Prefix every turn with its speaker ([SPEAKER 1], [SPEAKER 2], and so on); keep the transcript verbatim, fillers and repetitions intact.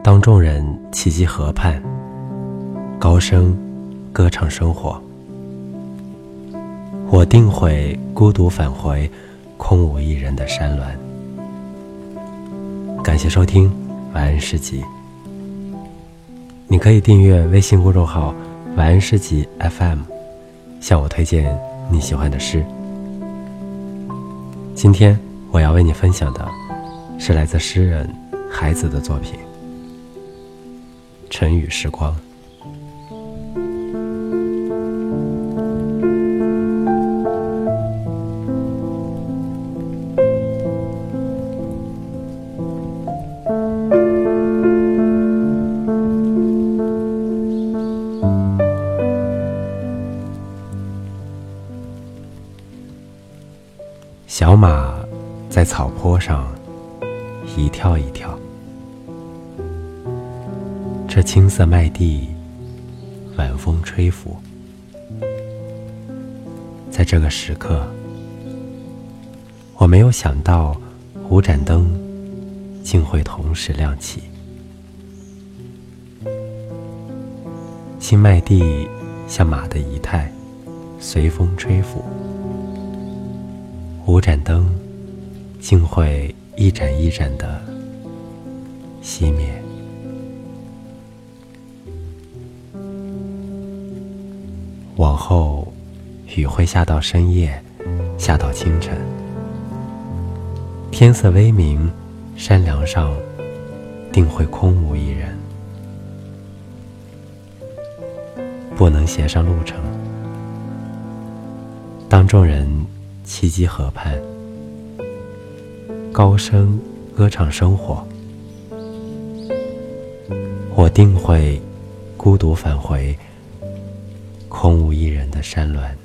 [SPEAKER 1] 当众人齐集河畔，高声歌唱生活，我定会孤独返回空无一人的山峦。感谢收听晚安诗集，你可以订阅微信公众号晚安诗集 F M， 向我推荐你喜欢的诗。今天我要为你分享的是来自诗人孩子的作品《晨雨时光》。小马在草坡上一跳一跳，这青色麦地晚风吹拂。在这个时刻，我没有想到五盏灯竟会同时亮起。青麦地像马的仪态，随风吹拂，五盏灯竟会一盏一盏地熄灭。往后雨会下到深夜，下到清晨，天色微明，山梁上定会空无一人，不能携上路程。当众人齐集河畔，高声歌唱生活，我定会孤独返回空无一人的山峦。